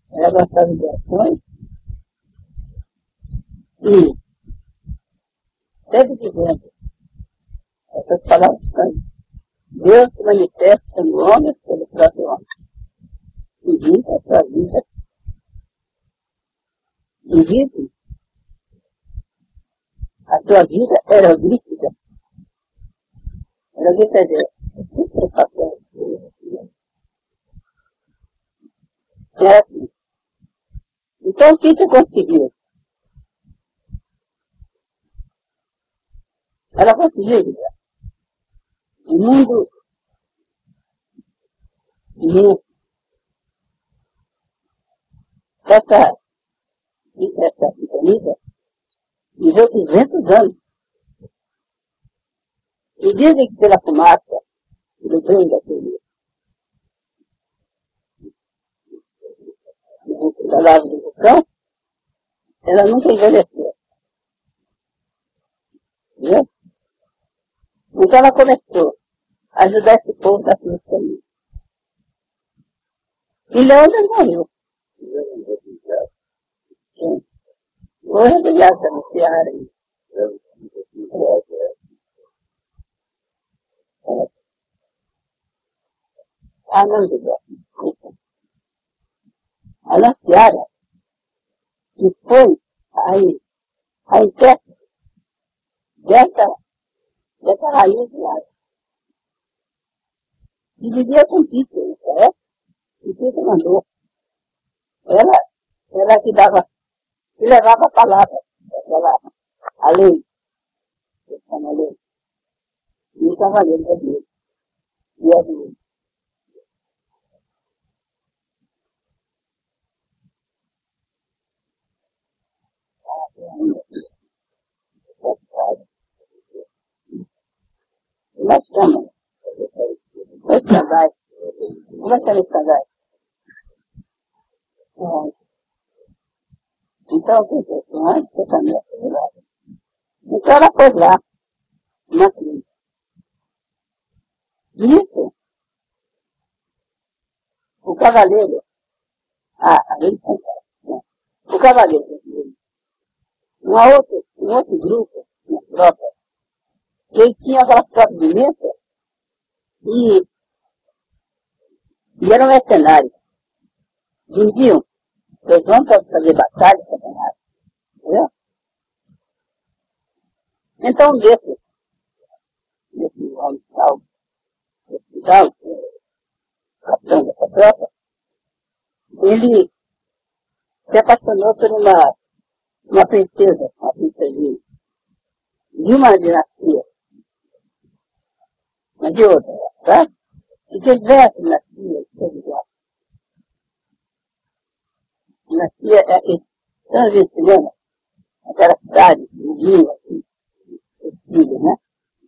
ela gostava de ações e sempre dizendo essas palavras são Deus se manifesta no homem pelo próprio homem. E vive a sua vida. E vive. A sua vida era o grito de Deus. Era o grito de Deus. É assim. Então, o que você conseguiu? Ela conseguiu, o mundo imenso, essa vida, viveu 200 anos. E dizem que pela fumaça, pelo bem daquele da lava do vulcão, ela nunca envelheceu. Entendeu? Então ela começou a ajudar esse povo da sua família. E Leandro morreu. Hoje obrigado a anunciar aí. Não, desculpa. A Lanciara, que foi a intérprete dessa raiz de arte. E vivia com Peter, né? E Peter mandou. Ela que levava a palavra, a lei. A lei. E o cavaleiro da lei. E a lei. Nós estamos. Nós casais. Como é que eles casais? Então, o que aconteceu? Antes de caminhar para lado. Então, ela foi lá, na clínica. Isso, o cavaleiro, o cavaleiro, um outro grupo, uma tropa, que tinha aquela tropa de mesa e eram mercenários. Diziam, eles vão fazer batalha, satanás. Entendeu? Então, desse hospital, capitão dessa tropa, ele se apaixonou por uma princesa, uma princesinha, de uma dinastia, mas de outra, tá? E que essa dinastia, então a gente se lembra, aquela cidade, vizinha, assim, filho, né?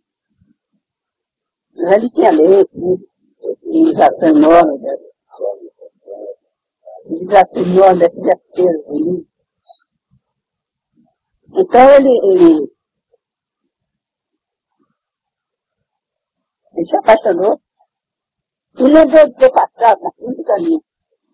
Mas ali tinha leite, civilização enorme, civilização enorme dessas despesas ali. Então ele se apaixonou e lembrou de ter passado na frente do caminho.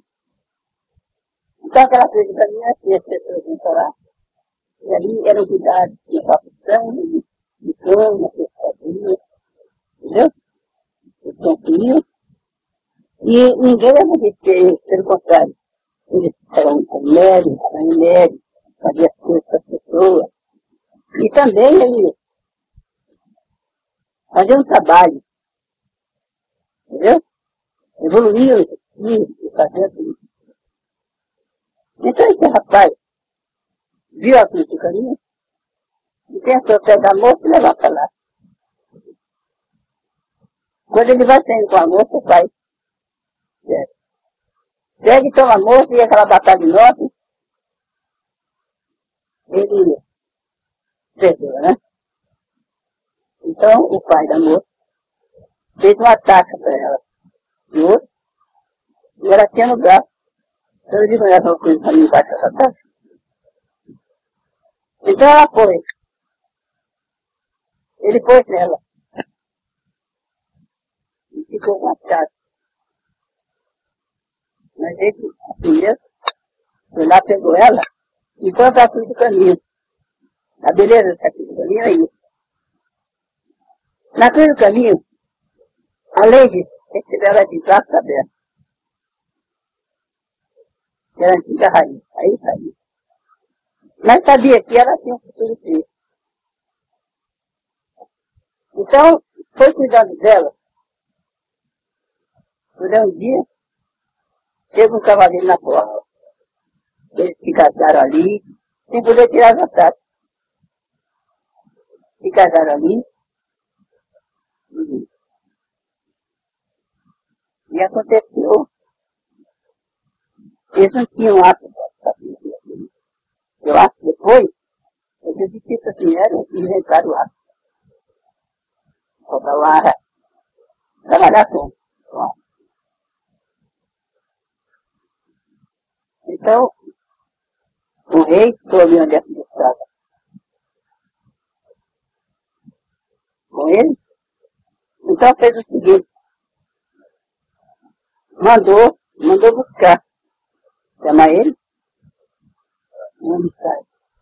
Então aquela frente do caminho tinha as pessoas que iam lá. E ali eram cuidados de capitão, de cama, de pescadinha, entendeu? De confio. E ninguém era muito, pelo contrário. Eles eram com médio, fazia as coisas para as pessoas. E também ele fazia um trabalho, entendeu? Evoluía o espírito e fazia tudo. Então esse rapaz viu a cruz do caminho e pensou pegar a moça e levar para lá. Quando ele vai saindo com a moça, o pai pega e toma a moça e aquela batalha enorme, ele perdeu, né? Então o pai da moça fez um ataque para ela. E outro, e ela tinha no braço. Então eu digo, ela uma coisa para mim embaixo dessa taça. Então ela foi. Ele pôs nela. E ficou com a chave. Mas ele, assim mesmo, Foi lá, pegou ela e foi para cruz do caminho. A beleza dessa cruz do caminho é isso. Na cruz do caminho, a Lady recebeu ela de braços abertos. Era a antiga rainha. Aí sabia. Mas sabia que ela tinha um futuro triste. Então, foi cuidando dela. Por um dia, chega um cavaleiro na porta. Eles se casaram ali, sem poder tirar as ataques. Se casaram ali, e aconteceu. Eles não tinham ato. Eu acho que depois, eles disseram assim, e inventaram o ato. Faltava trabalhar com. Então, o rei soube onde é que estava. Com ele. Então fez o seguinte. Mandou buscar. Chama ele. Onde sai?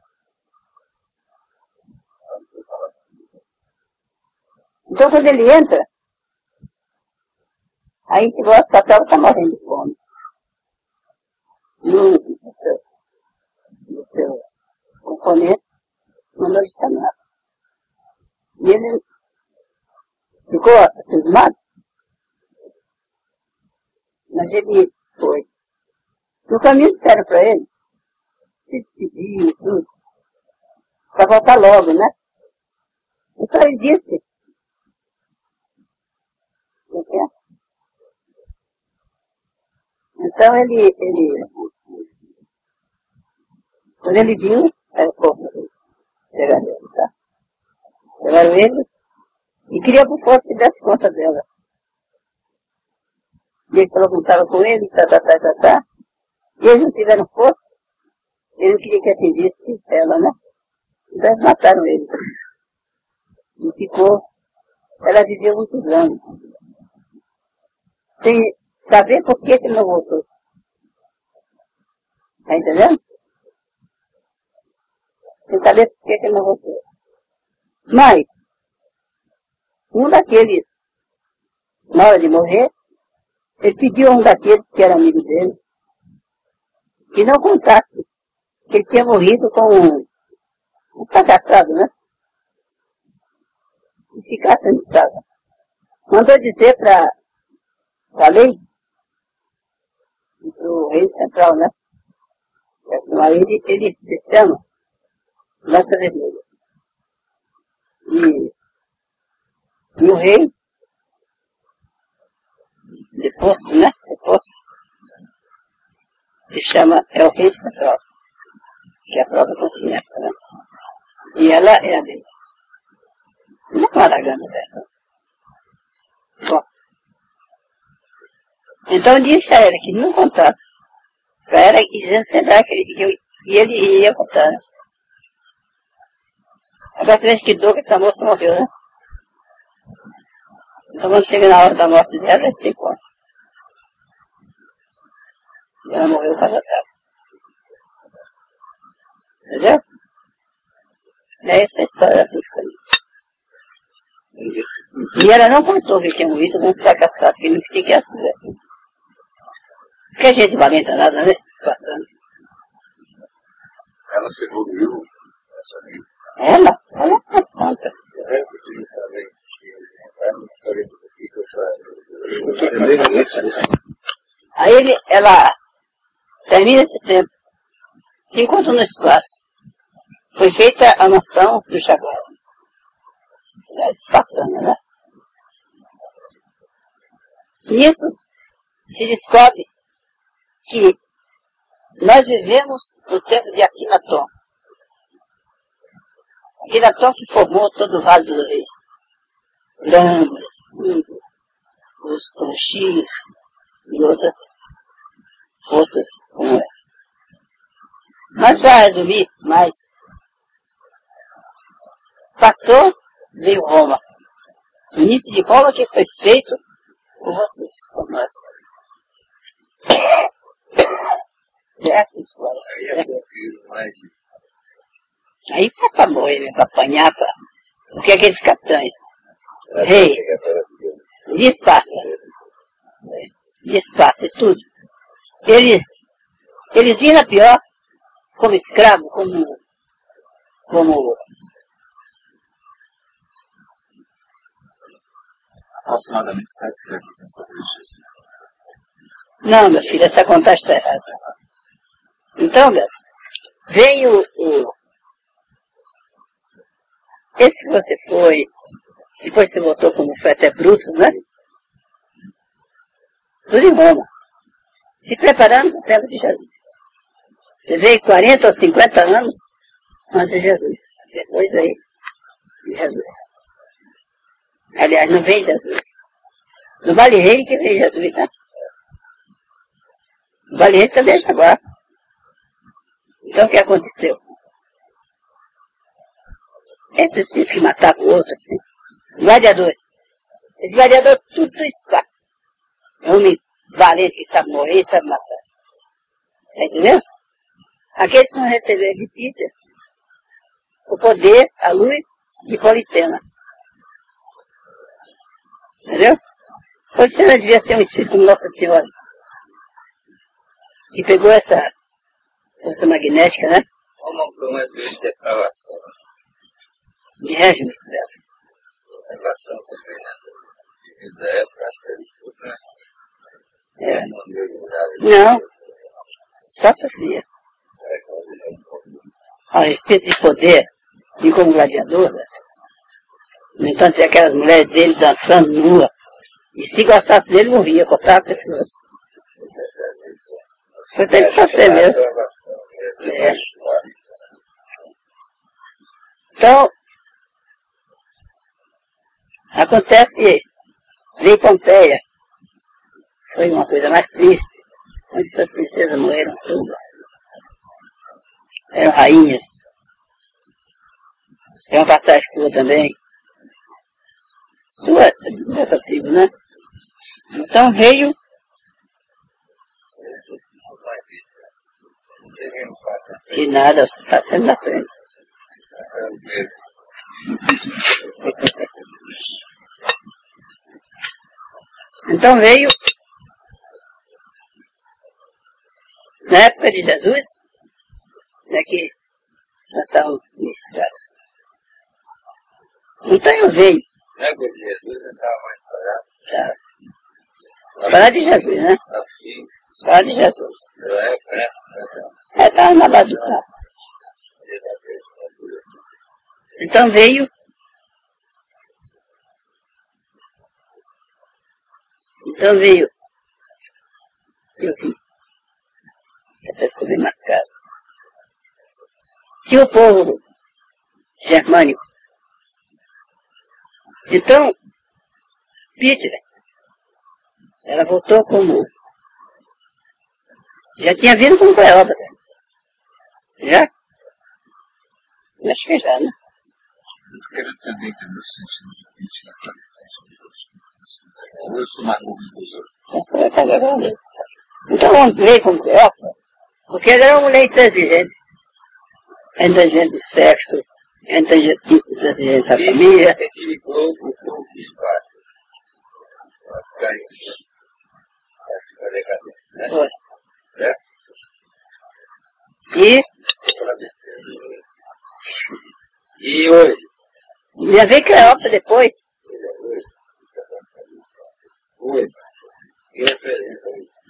Então quando ele entra, aí chegou a Satélite está morrendo de fome. No seu componente, mandou ele chamar. E ele ficou cismado, mas ele foi. No caminho disseram para ele, se despedir e tudo, para voltar logo, né? Então ele disse, então quando ele viu, era pouco, pegaram ele, tá? Pegaram ele e queria por força que desse conta dela. E ele falou que não estava com ele, tá. E eles não tiveram força, ele não queria que atendisse ela, né? Então eles mataram ele. E ficou, ela viveu muitos anos. Sem saber por que ele não voltou. Tá entendendo? Sem saber por que ele não voltou. Mas, um daqueles, na hora de morrer, ele pediu a um daqueles que era amigo dele, que não contasse que ele tinha morrido com um fracassado, né? E ficasse onde estava. Mandou dizer para a lei, para o rei central, né? Ele se chama Lança Vermelha. E o rei, depois, né? Depois, se chama, é o rei central, que é a própria consciência, né? E ela é a dele. Não é Aragana dela. Bom. Então disse a ela que não contasse. Para ela dizendo sempre que ele ia contar. Agora você vê que dor que essa moça morreu, né? Então quando chega na hora da morte dela, ela tem conta. E ela morreu para dela. Entendeu? É essa a história da física. E ela não contou que tinha morrido com um fracassado, que não queria que ela fizesse. Porque a gente valenta nada, né? Passando. Ela se evoluiu. Ela é conta. Aí ela termina esse tempo, se encontra no espaço. Foi feita a noção do Jaguar. Passando, né? Nisso se descobre que nós vivemos no tempo de Akhenaton. Akhenaton que formou todo o Vale do Rei. Lambda, os Tonchis e outras forças como essa. Mas para resumir mais, passou, veio Roma. O início de Roma que foi feito por vocês, por nós. certo? Aí foi pra morrer, né? Pra apanhar, pra... Porque aqueles capitães, rei, de Esparta, e tudo, eles viram a pior como escravo, como aproximadamente 7 séculos antes de Jesus. Não, meu filho, essa contagem está errada. Então, veio esse que você foi, depois você voltou como foi até Bruto, né? Tudo em Roma. Se preparando para o tempo de Jesus. Você veio 40 ou 50 anos antes de Jesus. Depois aí de Jesus. Aliás, não vem Jesus. No Vale Rei que vem Jesus, né? No Vale Rei também é Jaguar. Então o que aconteceu? Esses que matavam o outro, assim. Gladiadores. Esse gladiador tudo está. Homem valente que sabe morrer, sabe matar. Tá entendendo? Aqueles que não receberam de Peter o poder, a luz de Politena. Entendeu? Politena devia ser um espírito de Nossa Senhora. Que pegou essa força magnética, né? Como é de depravação. De régimen dela. Depravação também, né? Da época, acho que é tudo, né? É. Não, só Sofia. A espírito de poder, e como gladiador, né? No entanto, tinha aquelas mulheres dele dançando nua. E se gostasse dele, morria, cortava o pescoço. Foi pra ele sofrer mesmo. É. Então, acontece que veio Pompeia. Foi uma coisa mais triste. Onde suas princesas morreram todas. Eram rainhas. É uma passagem sua também. Sua, dessa tribo, né? Então veio. E nada, você está sendo na frente. Então veio. Na época de Jesus, que nós estávamos iniciados. Então eu veio. Na época de Jesus, eu estava mais parado. Tá. Falar de Jesus, né? Falar de Jesus. Na época, né? Estava na base do carro. Então veio. Eu vi. Até ficou bem marcado. Que o povo germânico. Então, Peter, ela voltou como. Já tinha vindo com Cleópatra. Já? Acho que já, né? Eu quero também ter meu sentido de crítica na qualidade. Eu sou mais novo que os outros. Então vamos ver com Cleópatra, porque ela era uma mulher intransigente. Intransigente do sexo, intransigente da família. Que ligou o povo de Esparta. Vai ficar decadente, né? Foi. Certo? E hoje? Já veio Cleópatra depois. Hoje. E representa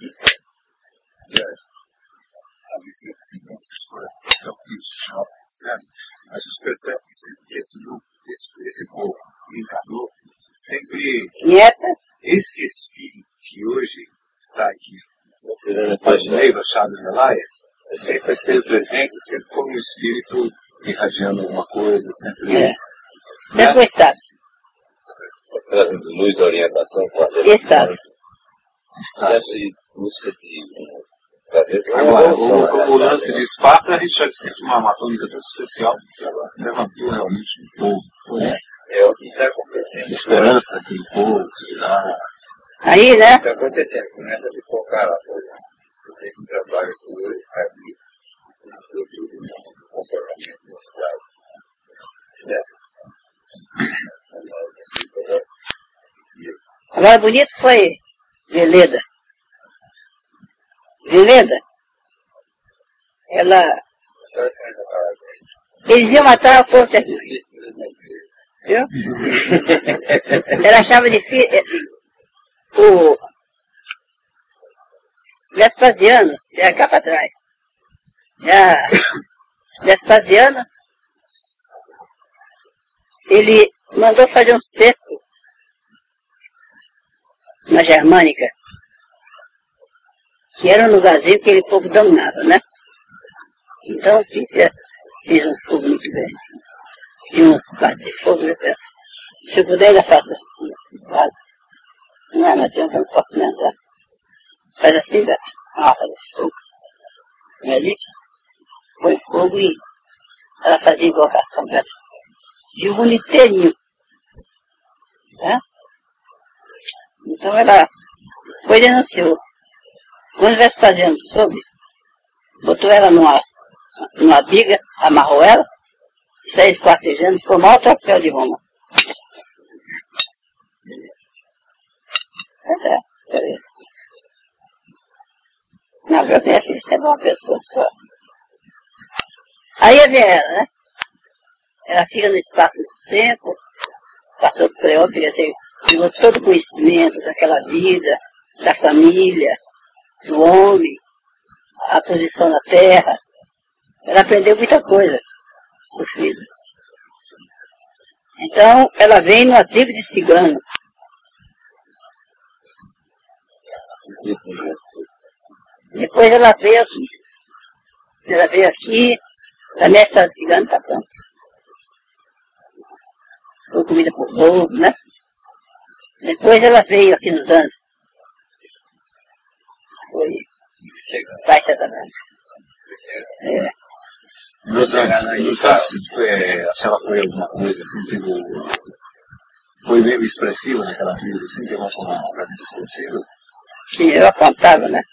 A Vicente é o que os jovens percebem, mas os percebem que esse povo encarnou sempre Nieta. esse espírito que hoje está aqui, Pagineiro, Chaves Zelaya, sempre esteve presente, sempre como um espírito irradiando alguma coisa, sempre. Sempre estado. trazendo luz, orientação, Estado. deve busca de Agora, o lance de Esparta, a gente já disse que uma matônica tão especial, que ela levantou realmente o povo. É o que está acontecendo. Esperança que o povo se dá. Aí, né? O que está acontecendo? Começa a se focar lá, por exemplo. trabalho com ele, comportamento mostrado. Agora, bonito foi Veleda. Veleda, ela... Eles iam matar o povo terrível. Viu? Ela achava difícil... O Vespasiano, já cá para trás. Vespasiano, ele mandou fazer um cerco na Germânica, que era um lugarzinho que aquele povo dominava, né? Então, fiz um fogo muito grande. E uns partes de fogo, né? Se eu puder, ainda faço assim. Não adianta, não posso nem andar. Faz assim, faz esse fogo. E ali, põe fogo e ela fazia invocação para de um inteirinho. Tá? Então ela foi e denunciou. Quando o Vespasiano soube, botou ela numa biga, amarrou ela, saiu esquartejando, ficou o maior troféu de Roma. Não, eu tenho filho, é uma pessoa só. Aí vem ela, né? Ela fica no espaço do tempo, passou por Cleópatra, pegou todo o conhecimento daquela vida, da família, do homem, a posição na terra. Ela aprendeu muita coisa, sofrida. Então, ela vem numa tribo de cigano. Depois ela veio aqui. A mestra cigana está pronta. Foi comida por povo, né? Depois ela veio aqui nos anos. Foi baixa também. Nos anos, a senhora foi alguma coisa assim, foi meio expressiva naquela vida, assim, teve uma frase expressiva? Sim, eu apontava, né?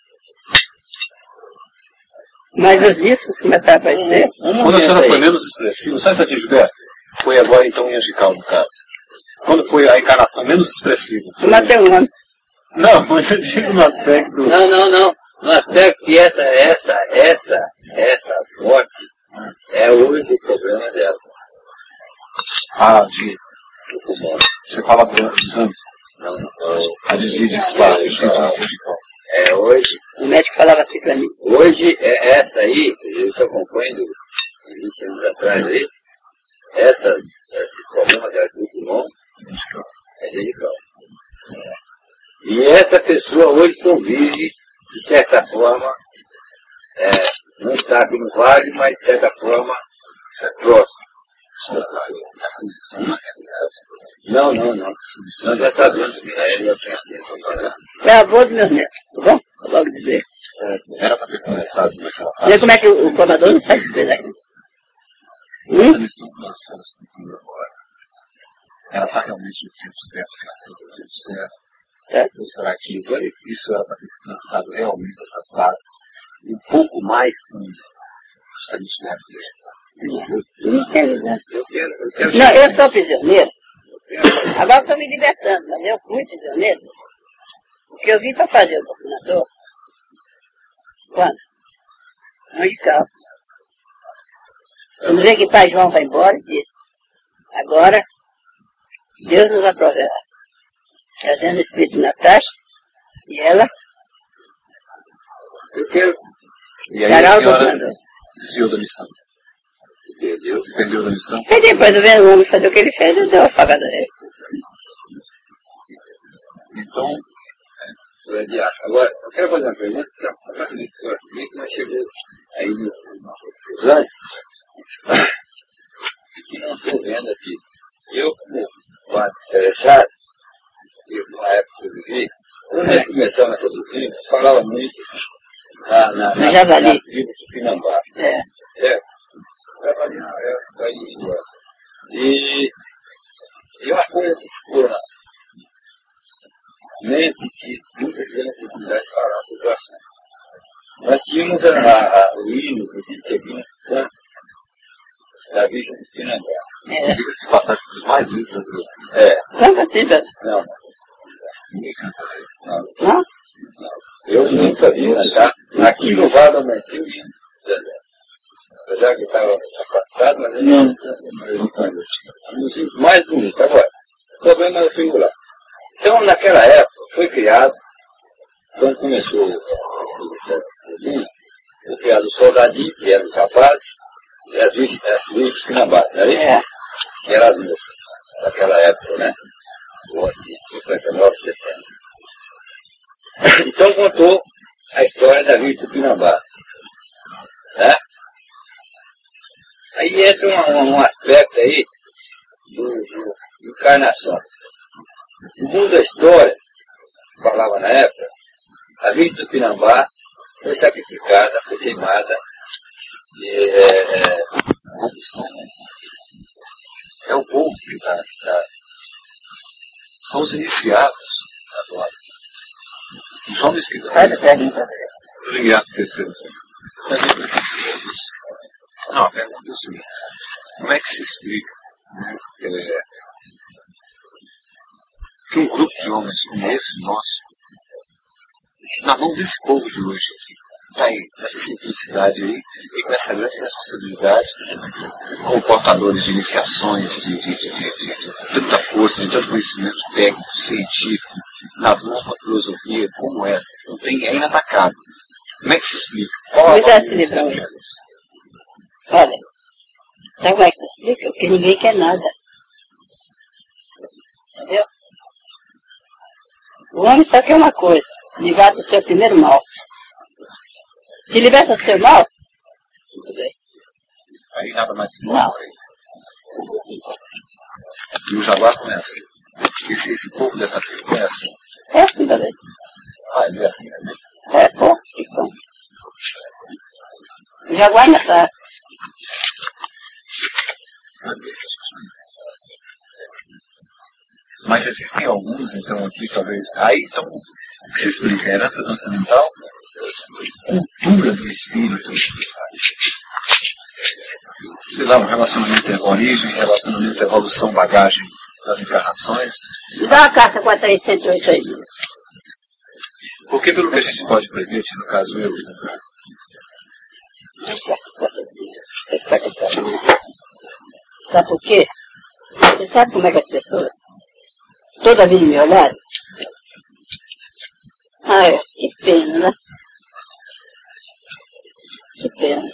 Mas os discos começaram a aparecer. Quando a senhora foi menos expressiva, só essa aqui, Gilberto, foi agora então em Angical, no caso. Quando foi a encarnação menos expressiva? Matei um ano. Não, mas eu digo no aspecto... Não. No aspecto que essa morte é hoje o problema dela. Do pulmão. Você fala dos anos? Não. A de disparo, hoje. O médico falava assim pra mim. Hoje, essa aí, eu estou acompanhando 20 anos atrás aí, esse problema dela do pulmão é radical. E essa pessoa hoje convive, de certa forma, não está aqui no vale, mas de certa forma é próximo. Essa missão, Não. Essa missão já está dentro de ele, eu tenho que É avô dos meus netos, tá bom? Vou logo dizer. era para ter começado naquela Vê fase. como é que o comador não faz dizer, né? Essa missão que nós estamos cumprindo agora, ela está realmente no tempo certo, nasceu no tempo certo. Ou será que isso era para ter sido lançado realmente, essas bases, um pouco mais com justamente na época? Não entendo, né? Eu quero Não, eu sou prisioneiro. Agora estou me libertando, mas eu fui prisioneiro. Porque eu vim para fazer o documentário. Quando? Onde calça. Quando vê que pai João vai embora, diz: agora, Deus nos aproverá. Trazendo o Espírito na taxa, e ela E aí dará a o senhora documentário. desviou da missão. Você perdeu da missão? E depois, vendo o homem fazer o que ele fez, eu dei uma apagada nele. Então, agora, eu quero fazer uma pergunta que como é que nós chegamos aí nos anos. E não estou vendo aqui. Eu, como quase interessado, numa época que eu vivi, quando nós começamos essa doutrina, se falava muito na tribo Tupinambá. Certo? Javali não, e uma coisa que ficou na mente que muita gente tem necessidade de falar sobre o assunto. Nós tínhamos o hino que vinha da Virgem de Pinambá. Diga-se de passagem dos mais lindos brasileiros. Canta assim, Não. Ninguém canta ele. não? Eu nunca vi cantar. Aqui no Vale do Brasil, apesar que estava afastado, mas eu nunca vi. Um mais bonito. Agora, o problema é o singular. Então, naquela época, foi criado, quando começou foi criado o soldadinho, que era o capaz, e as virgens de Pinambá, não é isso? Que eram as moças daquela época, né? De 59, 60. Então contou a história da Virgem de Pinambá. Né? Aí entra um aspecto aí de encarnação. Segundo a história, que falava na época, a Virgem de Pinambá foi sacrificada, foi queimada. É o povo que são os iniciados agora. Os homens que Faz a pergunta. Obrigado, terceiro. Não, a pergunta é o seguinte. Como é que se explica, né, que um grupo de homens como esse nosso, na mão desse povo de hoje, está aí, nessa simplicidade aí, e com essa grande responsabilidade, como portadores de iniciações, de tanta força, de tanto conhecimento técnico, científico, nas mãos de uma filosofia como essa, que não tem, é inatacável. Como é que se explica? Qual a Olha, sabe como é que se explica? Porque ninguém quer nada. Entendeu? O homem só quer uma coisa, livrar do seu primeiro mal. Se liberta do seu mal, tudo bem. Aí nada mais que Não. E o Jaguar não é assim. Esse povo dessa tribo não é assim. É, tudo bem. Ele é assim, né? É, poucos que são. O Jaguar não está. Mas existem alguns, então, aqui, talvez. Aí, então, o que se explica? Herança transcendental, cultura do espírito, sei lá, um relacionamento entre origem, relacionamento, evolução, bagagem das encarnações. Me dá uma carta 4308 aí. Porque, pelo que a gente pode prever, no caso eu, Sabe por quê? Você sabe como é que as pessoas toda vida me olharam? Ai, que pena, né? Que pena.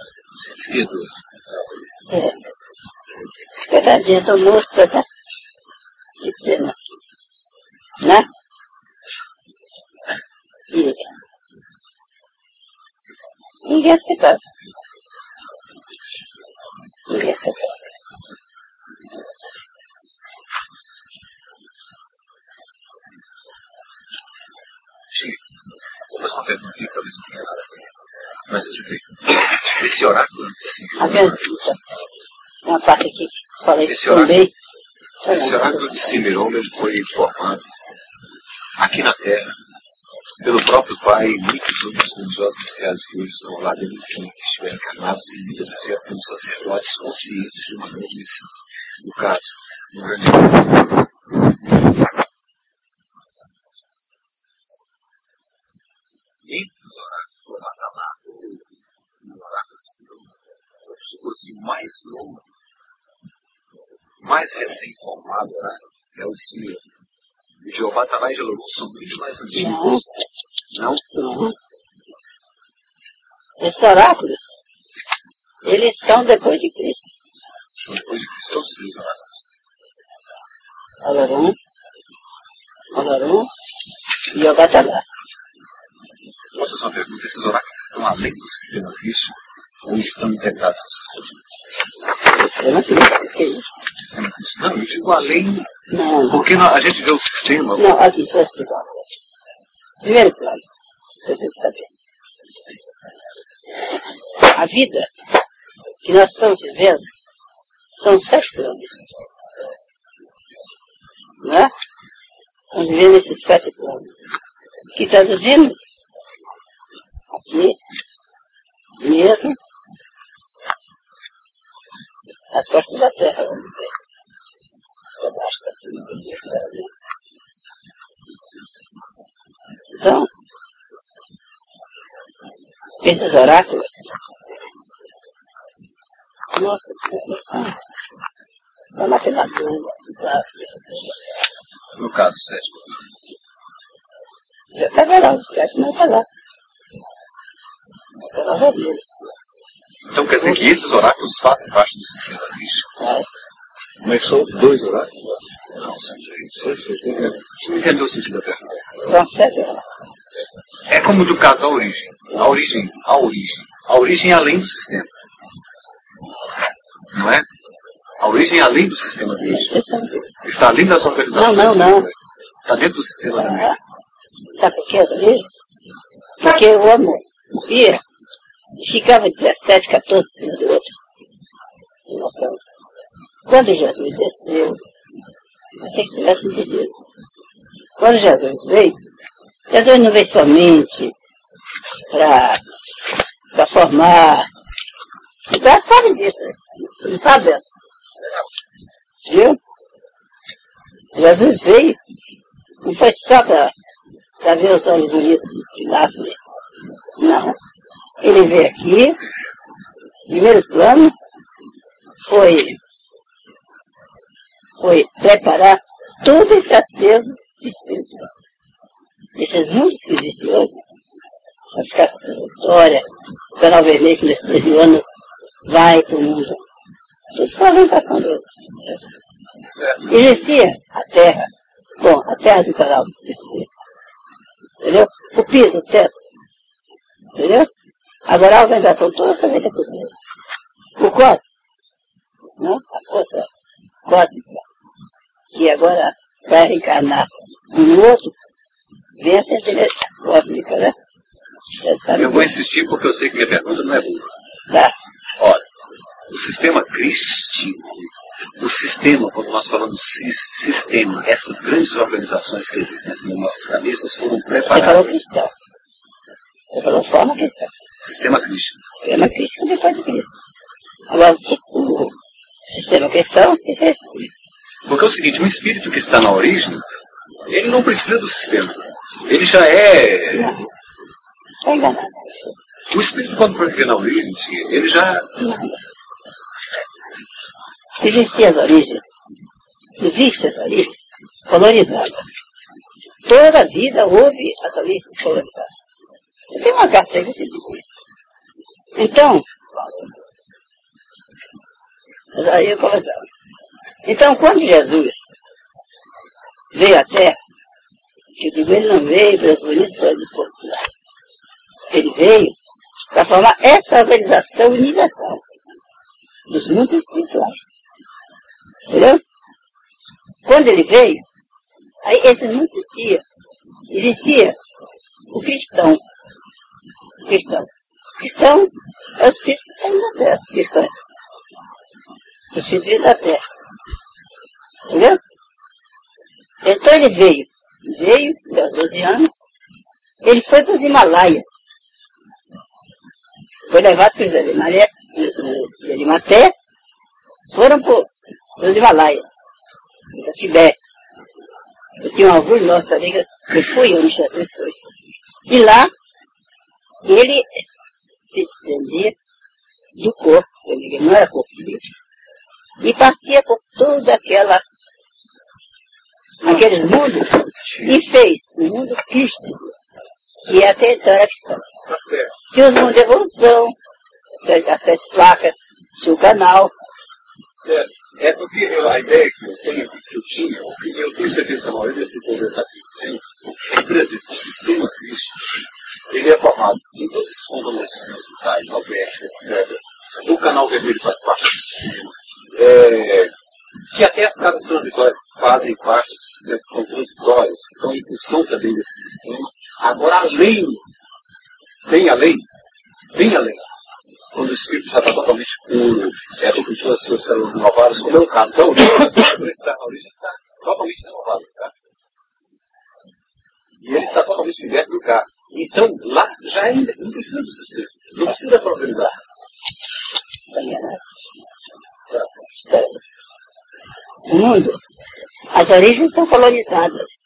Coitadinha, tô moça, tá? Que pena. Né? E ninguém aceitava. Ninguém aceitava. Sim, vou fazer uma pergunta aqui, talvez não tenha nada a ver. Mas eu te digo, esse oráculo de A grande pista. Uma parte aqui que falei também. Esse oráculo de Cimeroma, ele foi formado aqui na Terra pelo próprio Pai e muitos outros religiosos iniciados que hoje estão lá, deles que estiveram encarnados, e muitas vezes já temos sacerdotes conscientes de uma grande missão. No caso, um grande. Entre os oráculos do Ratalá, o oráculo de Cimeroma, o mais novo, mais recém-formado, né, é o de Cimeroma. O Jeová está lá e Jeová são muito mais antigos. Não? Não. Esses oráculos, eles são depois de Cristo. São depois de Cristo, todos eles Alarum, Alarum e Yogatalá. Posso fazer uma pergunta? Esses oráculos estão além do sistema Cristo ou estão integrados no sistema? Sistema Cristo, o que é isso? Sistema Cristo. Não, eu digo além. Não. Porque a gente vê o sistema. Não, aqui, só explicar. Primeiro plano, você tem que saber. A vida que nós estamos vivendo são 7 planos. Não é? Estamos vivendo esses 7 planos. Que traduzindo, aqui, mesmo as costas da terra, vamos ver. Por baixo da simetria, sabe? Então, esses oráculos, nossa senhora, são matemáticos. No caso, Sérgio. Já está lá, o Sérgio não está lá. Está lá, vai ver. Então quer dizer que esses oráculos fazem parte do sistema místico? Mas são 2 oráculos? Não, Sérgio. Você não entendeu o sentido da pergunta? São 7 oráculos. É como do caso a origem. A origem é além do sistema. Não é? A origem é além do sistema místico. Está além das organizações. Não. Está dentro do sistema místico. Sabe por que é a origem? Porque o homem ia e ficava 17, 14 cima do outro. Então, quando Jesus desceu, até que tivesse entendido. Quando Jesus veio, Jesus não veio somente para formar. Já sabe disso, não sabe? Viu? Jesus veio, não foi só para ver os olhos bonitos de lá. Não. Ele veio aqui, primeiro plano, foi preparar todo esse acervo espiritual. Esses mundos que existem hoje, a Casa da Vitória, o Canal Vermelho, que nesse 13 anos vai para o mundo. Tudo foi a orientação dele. Existia a terra, a terra do canal, entendeu? O piso, o teto, entendeu? Agora a organização toda foi feita por Deus. O código, né? A força cósmica, que agora vai reencarnar um outro, vem a inteligência cósmica, né? Eu vou insistir porque eu sei que minha pergunta não é boa. Tá. Ora, o sistema crístico, quando nós falamos sistema, essas grandes organizações que existem nas nossas cabeças foram Você falou preparadas. cristão. Você falou forma cristã. Sistema crístico. Sistema crístico depois de Cristo. Agora, o sistema cristão, isso é assim. Porque é o seguinte, um espírito que está na origem, ele não precisa do sistema. Ele já é... Não. Está enganado. O espírito, quando foi viver na origem, ele já... Existiam as origens. Existem as origens colonizadas. Toda a vida houve as origens colonizadas. Eu tenho uma carta aí que diz isso. Então, aí eu começava. Então, quando Jesus veio à Terra, eu digo, ele não veio pelos bonitos olhos populares. Ele veio para formar essa organização universal dos mundos espirituais. Entendeu? Quando ele veio, aí esse não existia. Existia o cristão. Cristão é os filhos que saem da terra, os cristãos. Os filhos da terra. Entendeu? Então ele veio, aos 12 anos, ele foi para os Himalaias. Foi levado para os Arimaté, foram para os Himalaias, para o Tibete. Eu tinha um avô nosso ali, que fui, onde Jesus foi. E lá, ele se desprendia do corpo, ele não era corpo físico, e partia por toda aqueles mundos, e fez um mundo crístico, que até então era cristão. Tá certo. Tinha os mundos de evolução, as 7 placas, tinha o canal. Certo. É porque a ideia que eu tenho certeza que a maioria das pessoas dessa aqui tem, por exemplo, o sistema crístico, ele é formado em todos esses componentes vitais, Alberto, etc. O canal vermelho faz parte do sistema. Que até as casas transitórias fazem parte do sistema, que são transitórias, estão em função também desse sistema. Agora, bem além, quando o espírito já está totalmente puro, com todas as suas células renovadas, como é o caso da origem, a origem está totalmente renovada, tá? E ele está totalmente liberto do carro. Então, lá já não precisa do sistema. Não precisa dessa organização. O mundo, as origens são colonizadas.